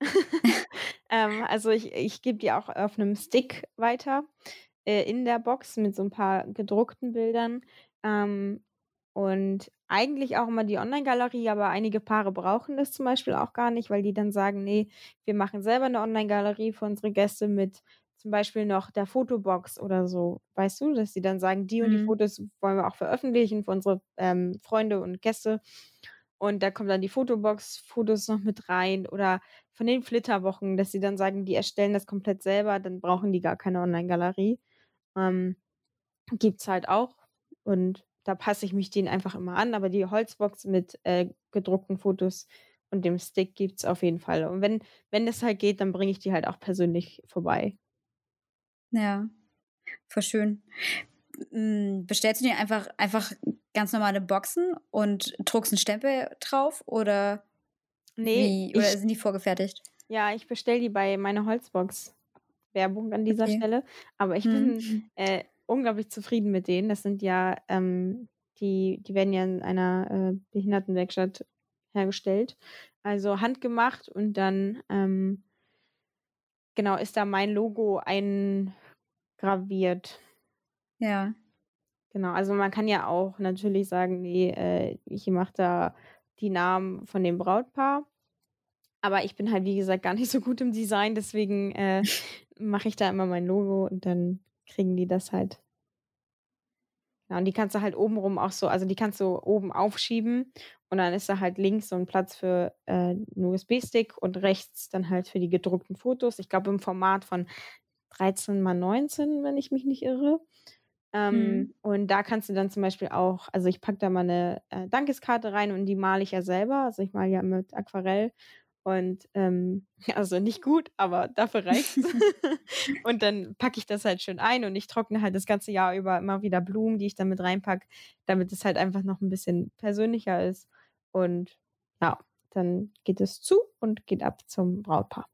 Also, ich gebe die auch auf 'nem Stick weiter, in der Box mit so 'n paar gedruckten Bildern. Ähm und eigentlich auch immer die Online-Galerie, aber einige Paare brauchen das zum Beispiel auch gar nicht, weil die dann sagen: „Nee, wir machen selber eine Online-Galerie für unsere Gäste mit zum Beispiel noch der Fotobox“ oder so. Weißt du, dass sie dann sagen: „Die und die Mhm. Fotos wollen wir auch veröffentlichen für unsere, Freunde und Gäste.“ Und da kommen dann die Fotobox-Fotos noch mit rein oder von den Flitterwochen, dass sie dann sagen, die erstellen das komplett selber, dann brauchen die gar keine Online-Galerie. Ähm, Gibt's halt auch und da passe ich mich denen einfach immer an, aber die Holzbox mit, gedruckten Fotos und dem Stick gibt's auf jeden Fall. Und wenn es halt geht, dann bringe ich die halt auch persönlich vorbei. Ja, voll schön. Bestellst du dir einfach ganz normale Boxen und druckst 'n Stempel drauf oder Ne, wie oder ich sind die vorgefertigt? ja, ich bestelle die bei meiner Holzbox. Werbung an dieser Okay. Stelle, aber ich Mhm. bin, unglaublich zufrieden mit denen. Das sind ja, die werden ja in einer, Behindertenwerkstatt hergestellt, also handgemacht und dann, genau, ist da mein Logo eingraviert. Ja. Genau, also man kann ja auch natürlich sagen: „Ne, ich mache da die Namen von dem Brautpaar.“ Aber ich bin halt, wie gesagt, gar nicht so gut im Design, deswegen, mache ich da immer mein Logo und dann kriegen die das halt. Ja, und die kannst du halt obenrum auch so, also die kannst du oben aufschieben und dann ist da halt links so 'n Platz für, 'n USB-Stick und rechts dann halt für die gedruckten Fotos. Ich glaube im Format von 13 mal 19, wenn ich mich nicht irre. Mhm. Und da kannst du dann zum Beispiel auch, also ich packe da mal 'ne, Dankeskarte rein und die male ich ja selber. Also, ich male ja mit Aquarell und, also nicht gut, aber dafür reicht's. Und dann packe ich das halt schön ein und ich trockne halt das ganze Jahr über immer wieder Blumen, die ich dann mit reinpacke, damit es halt einfach noch 'n bisschen persönlicher ist. Und ja, dann geht es zu und geht ab zum Brautpaar.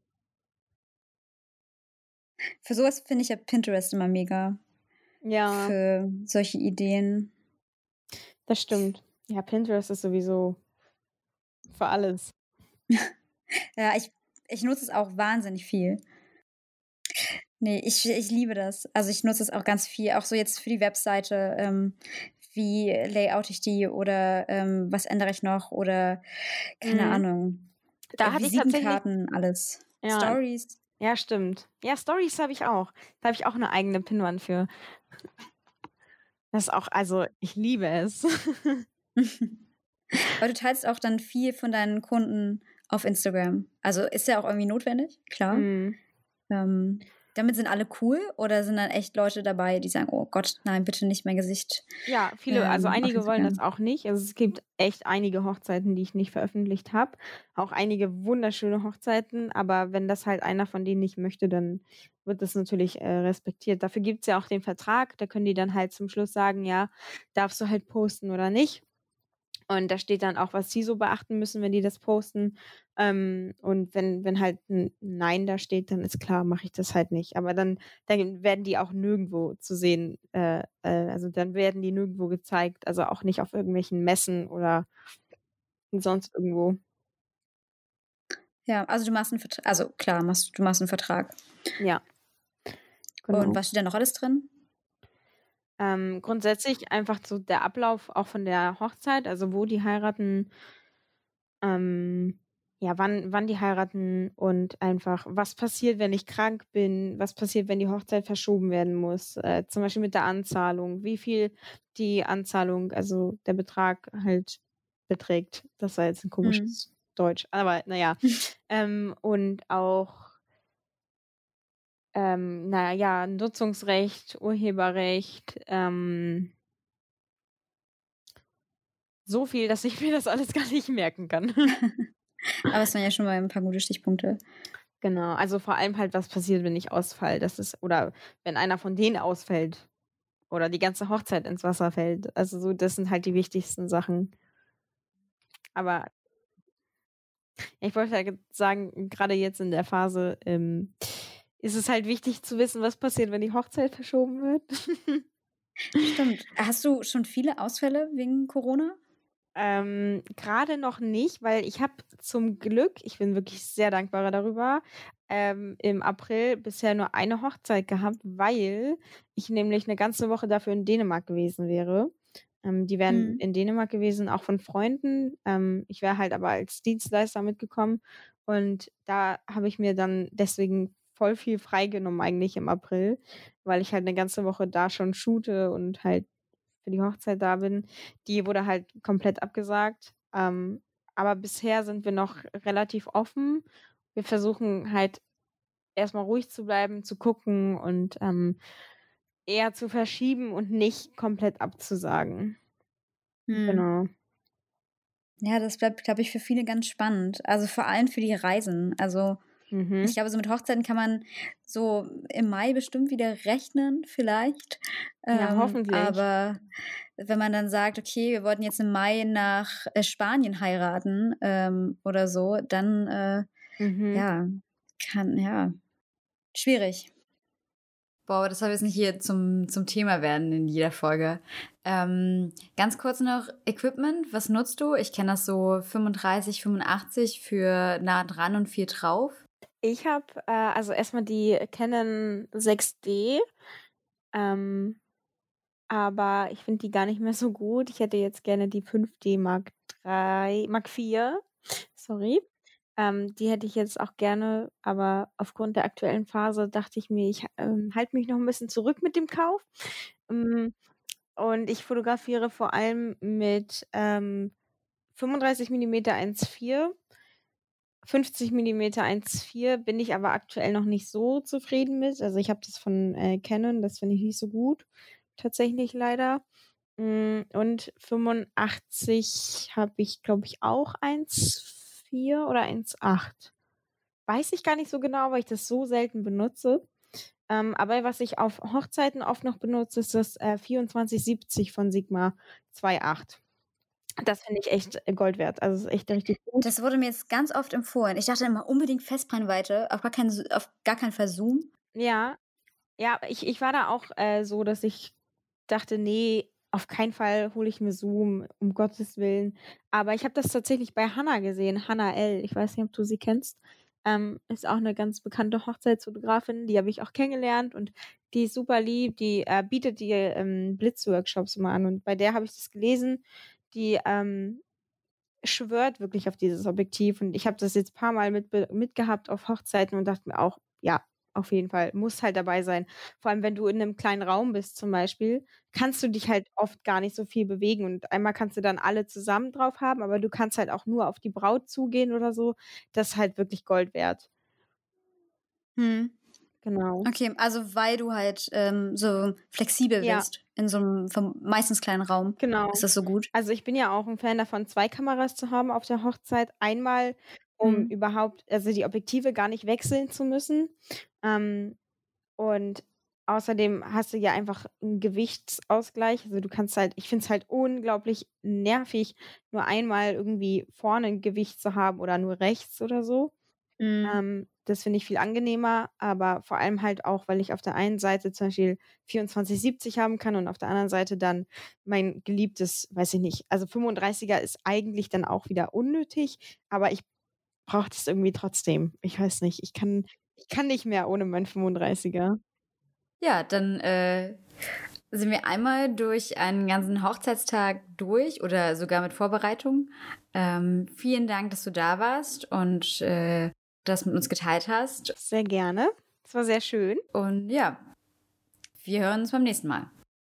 Für so was finde ich ja Pinterest immer mega, Ja, für solche Ideen. das stimmt. Ja, Pinterest ist sowieso für alles. Ja, ich nutze es auch wahnsinnig viel. Ne, ich liebe das. Also, ich nutze es auch ganz viel, auch so jetzt für die Webseite, wie layoute ich die oder, was ändere ich noch oder keine Mhm. Ahnung, Da hatte ich tatsächlich, Visitenkarten, alles. ja, Stories. ja, stimmt. Ja, Stories habe ich auch. Da habe ich auch 'ne eigene Pinnwand für. Das ist auch, also, ich liebe es. Aber du teilst auch dann viel von deinen Kunden auf Instagram. Also, ist ja auch irgendwie notwendig, klar. Mhm. Damit sind alle cool oder sind dann echt Leute dabei, die sagen: „Oh Gott, nein, bitte nicht mein Gesicht, Ja, viele, also auf einige wollen das Instagram?“ auch nicht. Also, es gibt echt einige Hochzeiten, die ich nicht veröffentlicht habe. Auch einige wunderschöne Hochzeiten, aber wenn das halt einer von denen nicht möchte, dann wird das natürlich, respektiert. Dafür gibt's ja auch den Vertrag, da können die dann halt zum Schluss sagen: „Ja, darfst du halt posten oder nicht?“ Und da steht dann auch, was sie so beachten müssen, wenn die das posten. Und wenn halt 'n Nein da steht, dann ist klar, mache ich das halt nicht. Aber dann werden die auch nirgendwo zu sehen, also dann werden die nirgendwo gezeigt, also auch nicht auf irgendwelchen Messen oder sonst irgendwo. Ja, also du machst 'n Vertra also klar, du machst 'n Vertrag. Ja, Und genau. was steht da noch alles drin? Grundsätzlich einfach so der Ablauf auch von der Hochzeit, also wo die heiraten. Ähm, ja, wann die heiraten und einfach, was passiert, wenn ich krank bin? Was passiert, wenn die Hochzeit verschoben werden muss? Zum Beispiel mit der Anzahlung, wie viel die Anzahlung, also der Betrag halt beträgt. Das war jetzt ein Mhm. komisches Deutsch, aber na ja. Und auch, na ja, Nutzungsrecht, Urheberrecht, so viel, dass ich mir das alles gar nicht merken kann. Aber es waren ja schon mal 'n paar gute Stichpunkte. Genau, also vor allem halt, was passiert, wenn ich ausfalle, das ist, oder wenn einer von denen ausfällt oder die ganze Hochzeit ins Wasser fällt. Also so, das sind halt die wichtigsten Sachen. Aber ich wollte ja sagen, grade jetzt in der Phase, ist es halt wichtig zu wissen, was passiert, wenn die Hochzeit verschoben wird. Stimmt. Hast du schon viele Ausfälle wegen Corona? Grade noch nicht, weil ich habe zum Glück, ich bin wirklich sehr dankbar darüber, im April bisher nur eine Hochzeit gehabt, weil ich nämlich 'ne ganze Woche dafür in Dänemark gewesen wäre. Die wären Mhm. in Dänemark gewesen, auch von Freunden. Ich wäre halt aber als Dienstleister mitgekommen und da habe ich mir dann deswegen voll viel freigenommen eigentlich im April, weil ich halt eine ganze Woche da schon shoote und halt für die Hochzeit da bin. Die wurde halt komplett abgesagt. Aber bisher sind wir noch relativ offen. Wir versuchen halt erstmal ruhig zu bleiben, zu gucken und, eher zu verschieben und nicht komplett abzusagen. Mhm. Genau. Ja, das bleibt, glaube ich, für viele ganz spannend. Also, vor allem für die Reisen. Also, ich Mhm. glaube, so mit Hochzeiten kann man so im Mai bestimmt wieder rechnen vielleicht. Ja, hoffentlich. Aber wenn man dann sagt: „Okay, wir wollten jetzt im Mai nach, Spanien heiraten", oder so, dann, Mhm. ja, ja, schwierig. Boah, das soll jetzt nicht hier zum Thema werden in jeder Folge. Ganz kurz noch Equipment, was nutzt du? Ich kenne das so 35, 85 für nah dran und viel drauf. Ich habe, also erstmal die Canon 6D, ähm, aber ich finde die gar nicht mehr so gut. Ich hätte jetzt gerne die 5D Mark IV, sorry. Die hätte ich jetzt auch gerne, aber aufgrund der aktuellen Phase dachte ich mir, ich, halte mich noch ein bisschen zurück mit dem Kauf. Hm, und ich fotografiere vor allem mit, 35 Millimeter 1,4, 50 Millimeter 1,4 bin ich aber aktuell noch nicht so zufrieden mit. Also, ich habe das von, Canon, das finde ich nicht so gut, tatsächlich leider. Und 85 habe ich, glaube ich, auch 1,4 oder 1,8. Weiß ich gar nicht so genau, weil ich das so selten benutze. Aber was ich auf Hochzeiten oft noch benutze, ist das, 2470 von Sigma 2.8. Das finde ich echt, Gold wert. Also, ist echt richtig gut. Das wurde mir jetzt ganz oft empfohlen. Ich dachte immer unbedingt Festbrennweite, auf gar keinen Fall Zoom. Ja, ja, ich war da auch, so, dass ich dachte: „Ne, auf keinen Fall hole ich mir Zoom, um Gottes Willen.“ Aber ich habe das tatsächlich bei Hannah gesehen, Hannah L. Ich weiß nicht, ob du sie kennst. Ist auch 'ne ganz bekannte Hochzeitsfotografin, die habe ich auch kennengelernt und die ist super lieb, die, bietet die, Blitzworkshops immer an und bei der habe ich das gelesen. Die, schwört wirklich auf dieses Objektiv und ich habe das jetzt paarmal mitgehabt auf Hochzeiten und dachte mir auch: „Ja, auf jeden Fall, muss halt dabei sein.“ Vor allem, wenn du in 'nem kleinen Raum bist zum Beispiel, kannst du dich halt oft gar nicht so viel bewegen und einmal kannst du dann alle zusammen drauf haben, aber du kannst halt auch nur auf die Braut zugehen oder so. Das ist halt wirklich Gold wert. Mhm. Genau. Okay, also weil du halt, so flexibel Ja, bist in so einem meistens kleinen Raum, ist genau. das so gut? Also, ich bin ja auch 'n Fan davon, 2 Kameras zu haben auf der Hochzeit. Einmal, um Mhm. überhaupt also, die Objektive gar nicht wechseln zu müssen. Ähm, und außerdem hast du ja einfach 'n Gewichtsausgleich. Also, du kannst halt ich finde es halt unglaublich nervig, nur einmal irgendwie vorne 'n Gewicht zu haben oder nur rechts oder so. Mhm. Das finde ich viel angenehmer, aber vor allem halt auch, weil ich auf der einen Seite zum Beispiel 24/70 haben kann und auf der anderen Seite dann mein geliebtes, weiß ich nicht, also 35er ist eigentlich dann auch wieder unnötig, aber ich brauche das irgendwie trotzdem. Ich weiß nicht, ich kann nicht mehr ohne mein 35er. Ja, dann, sind wir einmal durch einen ganzen Hochzeitstag durch oder sogar mit Vorbereitung. Vielen Dank, dass du da warst und, das mit uns geteilt hast. Sehr gerne. Es war sehr schön. Und ja, wir hören uns beim nächsten Mal.